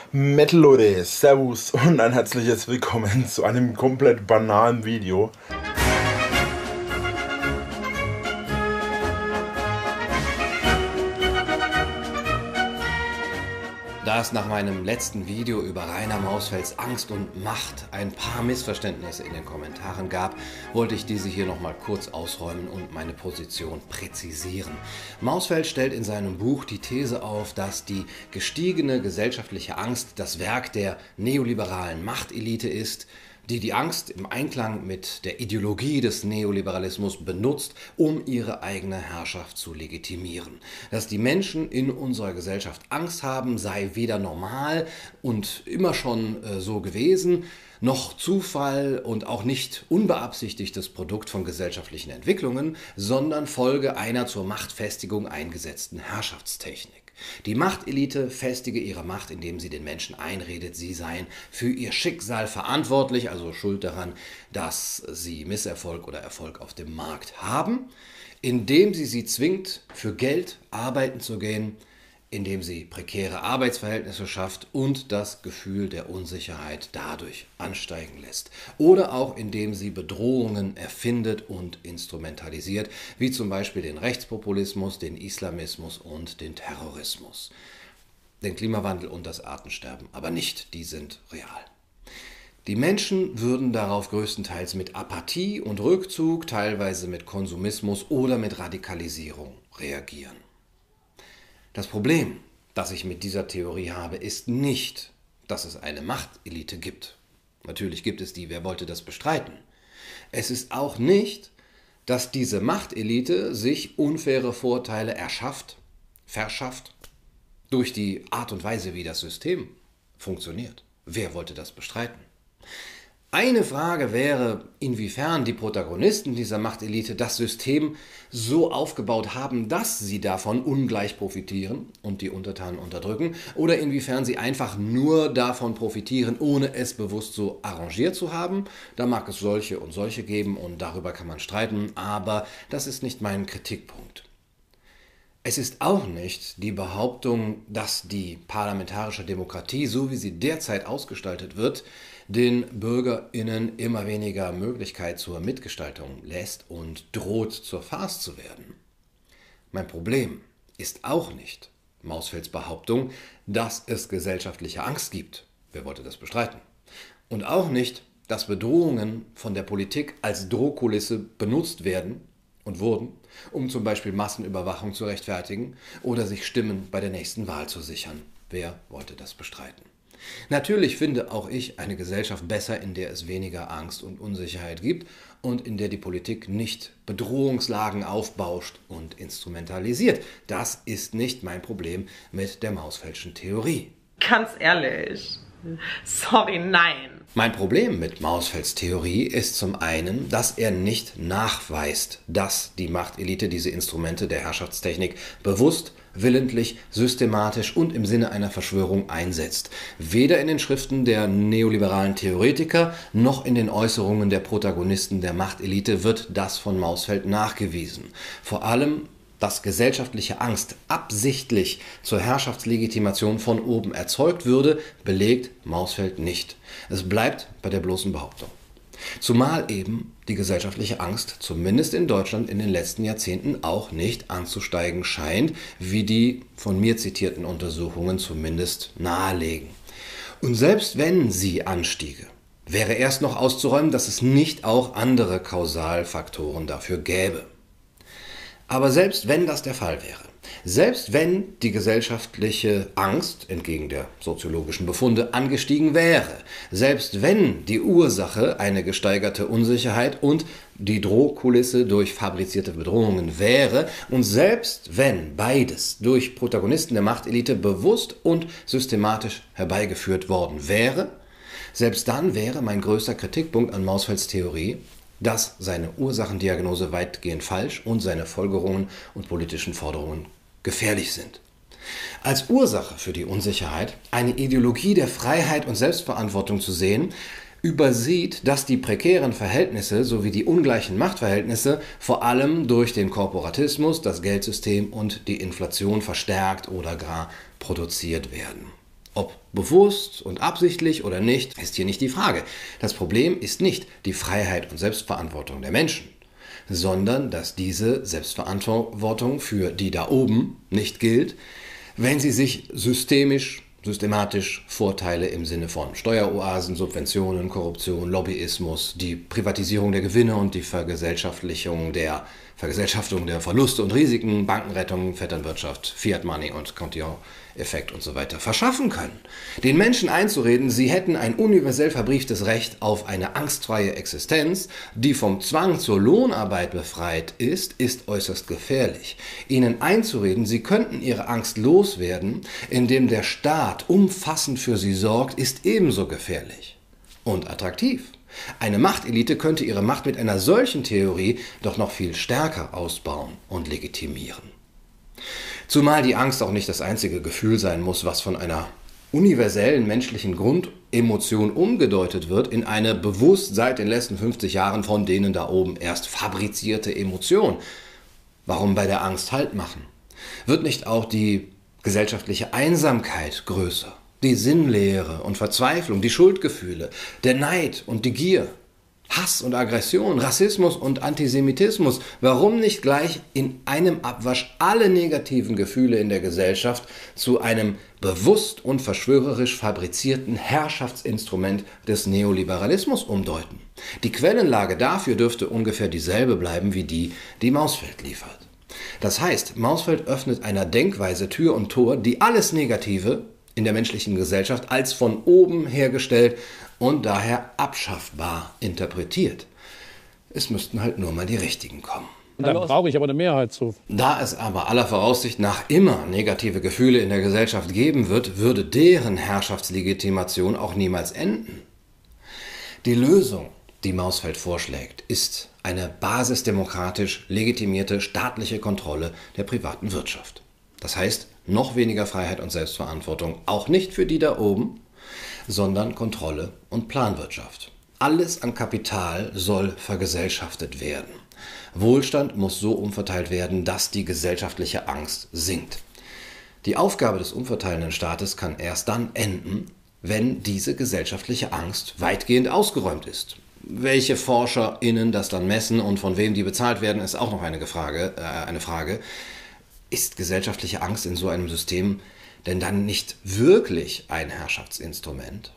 Metal Leute, Servus und ein herzliches Willkommen zu einem komplett banalen Video. Da es nach meinem letzten Video über Rainer Mausfelds Angst und Macht ein paar Missverständnisse in den Kommentaren gab, wollte ich diese hier nochmal kurz ausräumen und meine Position präzisieren. Mausfeld stellt in seinem Buch die These auf, dass die gestiegene gesellschaftliche Angst das Werk der neoliberalen Machtelite ist, die Angst im Einklang mit der Ideologie des Neoliberalismus benutzt, um ihre eigene Herrschaft zu legitimieren. Dass die Menschen in unserer Gesellschaft Angst haben, sei weder normal und immer schon so gewesen, noch Zufall und auch nicht unbeabsichtigtes Produkt von gesellschaftlichen Entwicklungen, sondern Folge einer zur Machtfestigung eingesetzten Herrschaftstechnik. Die Machtelite festige ihre Macht, indem sie den Menschen einredet, sie seien für ihr Schicksal verantwortlich, also schuld daran, dass sie Misserfolg oder Erfolg auf dem Markt haben, indem sie zwingt, für Geld arbeiten zu gehen, indem sie prekäre Arbeitsverhältnisse schafft und das Gefühl der Unsicherheit dadurch ansteigen lässt. Oder auch indem sie Bedrohungen erfindet und instrumentalisiert, wie zum Beispiel den Rechtspopulismus, den Islamismus und den Terrorismus. Den Klimawandel und das Artensterben aber nicht, die sind real. Die Menschen würden darauf größtenteils mit Apathie und Rückzug, teilweise mit Konsumismus oder mit Radikalisierung reagieren. Das Problem, das ich mit dieser Theorie habe, ist nicht, dass es eine Machtelite gibt. Natürlich gibt es die, wer wollte das bestreiten? Es ist auch nicht, dass diese Machtelite sich unfaire Vorteile verschafft, durch die Art und Weise, wie das System funktioniert. Wer wollte das bestreiten? Eine Frage wäre, inwiefern die Protagonisten dieser Machtelite das System so aufgebaut haben, dass sie davon ungleich profitieren und die Untertanen unterdrücken, oder inwiefern sie einfach nur davon profitieren, ohne es bewusst so arrangiert zu haben. Da mag es solche und solche geben und darüber kann man streiten, aber das ist nicht mein Kritikpunkt. Es ist auch nicht die Behauptung, dass die parlamentarische Demokratie, so wie sie derzeit ausgestaltet wird, den BürgerInnen immer weniger Möglichkeit zur Mitgestaltung lässt und droht, zur Farce zu werden. Mein Problem ist auch nicht Mausfelds Behauptung, dass es gesellschaftliche Angst gibt. Wer wollte das bestreiten? Und auch nicht, dass Bedrohungen von der Politik als Drohkulisse benutzt werden und wurden, um zum Beispiel Massenüberwachung zu rechtfertigen oder sich Stimmen bei der nächsten Wahl zu sichern. Wer wollte das bestreiten? Natürlich finde auch ich eine Gesellschaft besser, in der es weniger Angst und Unsicherheit gibt und in der die Politik nicht Bedrohungslagen aufbauscht und instrumentalisiert. Das ist nicht mein Problem mit der Mausfeldschen Theorie. Ganz ehrlich, sorry, nein. Mein Problem mit Mausfelds Theorie ist zum einen, dass er nicht nachweist, dass die Machtelite diese Instrumente der Herrschaftstechnik bewusst, willentlich, systematisch und im Sinne einer Verschwörung einsetzt. Weder in den Schriften der neoliberalen Theoretiker noch in den Äußerungen der Protagonisten der Machtelite wird das von Mausfeld nachgewiesen. Vor allem, dass gesellschaftliche Angst absichtlich zur Herrschaftslegitimation von oben erzeugt würde, belegt Mausfeld nicht. Es bleibt bei der bloßen Behauptung. Zumal eben die gesellschaftliche Angst, zumindest in Deutschland in den letzten Jahrzehnten, auch nicht anzusteigen scheint, wie die von mir zitierten Untersuchungen zumindest nahelegen. Und selbst wenn sie anstiege, wäre erst noch auszuräumen, dass es nicht auch andere Kausalfaktoren dafür gäbe. Aber selbst wenn das der Fall wäre, selbst wenn die gesellschaftliche Angst, entgegen der soziologischen Befunde, angestiegen wäre, selbst wenn die Ursache eine gesteigerte Unsicherheit und die Drohkulisse durch fabrizierte Bedrohungen wäre und selbst wenn beides durch Protagonisten der Machtelite bewusst und systematisch herbeigeführt worden wäre, selbst dann wäre mein größter Kritikpunkt an Mausfelds Theorie, dass seine Ursachendiagnose weitgehend falsch und seine Folgerungen und politischen Forderungen gefährlich sind. Als Ursache für die Unsicherheit eine Ideologie der Freiheit und Selbstverantwortung zu sehen, übersieht, dass die prekären Verhältnisse sowie die ungleichen Machtverhältnisse vor allem durch den Korporatismus, das Geldsystem und die Inflation verstärkt oder gar produziert werden. Ob bewusst und absichtlich oder nicht, ist hier nicht die Frage. Das Problem ist nicht die Freiheit und Selbstverantwortung der Menschen, sondern dass diese Selbstverantwortung für die da oben nicht gilt, wenn sie sich systematisch Vorteile im Sinne von Steueroasen, Subventionen, Korruption, Lobbyismus, die Privatisierung der Gewinne und die Vergesellschaftung der Verluste und Risiken, Bankenrettung, Vetternwirtschaft, Fiat Money und Cantillon-Effekt und so weiter verschaffen können. Den Menschen einzureden, sie hätten ein universell verbrieftes Recht auf eine angstfreie Existenz, die vom Zwang zur Lohnarbeit befreit ist, ist äußerst gefährlich. Ihnen einzureden, sie könnten ihre Angst loswerden, indem der Staat umfassend für sie sorgt, ist ebenso gefährlich und attraktiv. Eine Machtelite könnte ihre Macht mit einer solchen Theorie doch noch viel stärker ausbauen und legitimieren. Zumal die Angst auch nicht das einzige Gefühl sein muss, was von einer universellen menschlichen Grundemotion umgedeutet wird in eine bewusst seit den letzten 50 Jahren von denen da oben erst fabrizierte Emotion. Warum bei der Angst Halt machen? Wird nicht auch die gesellschaftliche Einsamkeit größer? Die Sinnlehre und Verzweiflung, die Schuldgefühle, der Neid und die Gier, Hass und Aggression, Rassismus und Antisemitismus. Warum nicht gleich in einem Abwasch alle negativen Gefühle in der Gesellschaft zu einem bewusst und verschwörerisch fabrizierten Herrschaftsinstrument des Neoliberalismus umdeuten? Die Quellenlage dafür dürfte ungefähr dieselbe bleiben wie die, die Mausfeld liefert. Das heißt, Mausfeld öffnet einer Denkweise Tür und Tor, die alles Negative in der menschlichen Gesellschaft als von oben hergestellt und daher abschaffbar interpretiert. Es müssten halt nur mal die Richtigen kommen. Da brauche ich aber eine Mehrheit zu. Da es aber aller Voraussicht nach immer negative Gefühle in der Gesellschaft geben wird, würde deren Herrschaftslegitimation auch niemals enden. Die Lösung, die Mausfeld vorschlägt, ist eine basisdemokratisch legitimierte staatliche Kontrolle der privaten Wirtschaft. Das heißt, noch weniger Freiheit und Selbstverantwortung, auch nicht für die da oben, sondern Kontrolle und Planwirtschaft. Alles an Kapital soll vergesellschaftet werden. Wohlstand muss so umverteilt werden, dass die gesellschaftliche Angst sinkt. Die Aufgabe des umverteilenden Staates kann erst dann enden, wenn diese gesellschaftliche Angst weitgehend ausgeräumt ist. Welche ForscherInnen das dann messen und von wem die bezahlt werden, ist auch noch eine Frage. Ist gesellschaftliche Angst in so einem System denn dann nicht wirklich ein Herrschaftsinstrument?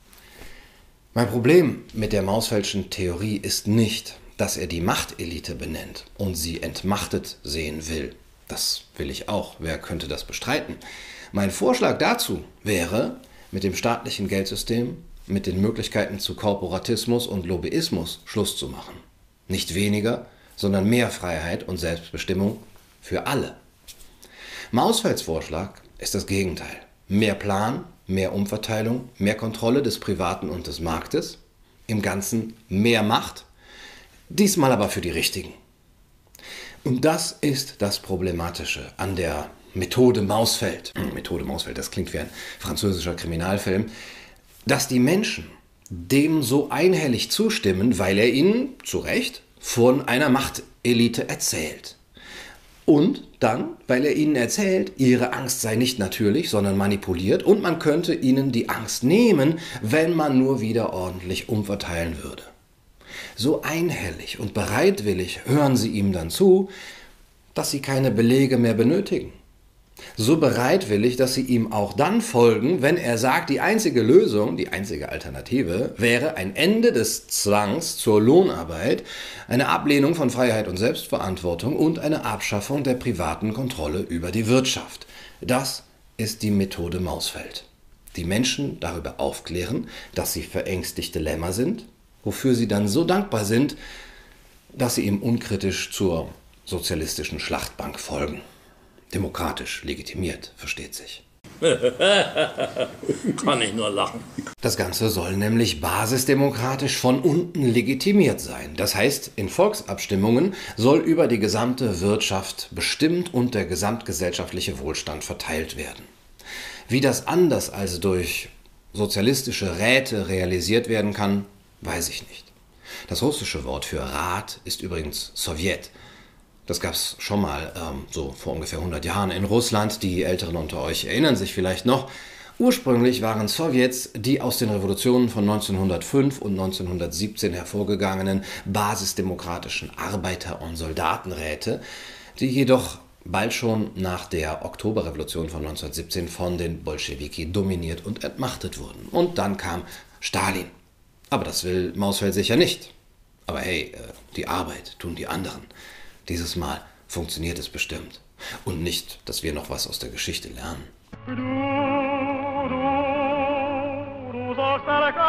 Mein Problem mit der Mausfeldschen Theorie ist nicht, dass er die Machtelite benennt und sie entmachtet sehen will. Das will ich auch. Wer könnte das bestreiten? Mein Vorschlag dazu wäre, mit dem staatlichen Geldsystem, mit den Möglichkeiten zu Korporatismus und Lobbyismus Schluss zu machen. Nicht weniger, sondern mehr Freiheit und Selbstbestimmung für alle. Mausfelds Vorschlag ist das Gegenteil. Mehr Plan, mehr Umverteilung, mehr Kontrolle des Privaten und des Marktes, im Ganzen mehr Macht, diesmal aber für die Richtigen. Und das ist das Problematische an der Methode Mausfeld. Methode Mausfeld, das klingt wie ein französischer Kriminalfilm, dass die Menschen dem so einhellig zustimmen, weil er ihnen, zu Recht, von einer Machtelite erzählt. Und dann, weil er ihnen erzählt, ihre Angst sei nicht natürlich, sondern manipuliert und man könnte ihnen die Angst nehmen, wenn man nur wieder ordentlich umverteilen würde. So einhellig und bereitwillig hören sie ihm dann zu, dass sie keine Belege mehr benötigen. So bereitwillig, dass sie ihm auch dann folgen, wenn er sagt, die einzige Lösung, die einzige Alternative wäre ein Ende des Zwangs zur Lohnarbeit, eine Ablehnung von Freiheit und Selbstverantwortung und eine Abschaffung der privaten Kontrolle über die Wirtschaft. Das ist die Methode Mausfeld. Die Menschen darüber aufklären, dass sie verängstigte Lämmer sind, wofür sie dann so dankbar sind, dass sie ihm unkritisch zur sozialistischen Schlachtbank folgen. Demokratisch legitimiert, versteht sich. Kann ich nur lachen. Das Ganze soll nämlich basisdemokratisch von unten legitimiert sein. Das heißt, in Volksabstimmungen soll über die gesamte Wirtschaft bestimmt und der gesamtgesellschaftliche Wohlstand verteilt werden. Wie das anders als durch sozialistische Räte realisiert werden kann, weiß ich nicht. Das russische Wort für Rat ist übrigens Sowjet. Das gab es schon mal so vor ungefähr 100 Jahren in Russland. Die Älteren unter euch erinnern sich vielleicht noch. Ursprünglich waren Sowjets die aus den Revolutionen von 1905 und 1917 hervorgegangenen basisdemokratischen Arbeiter- und Soldatenräte, die jedoch bald schon nach der Oktoberrevolution von 1917 von den Bolschewiki dominiert und entmachtet wurden. Und dann kam Stalin. Aber das will Mausfeld sicher nicht. Aber hey, die Arbeit tun die anderen. Dieses Mal funktioniert es bestimmt. Und nicht, dass wir noch was aus der Geschichte lernen. Du sollst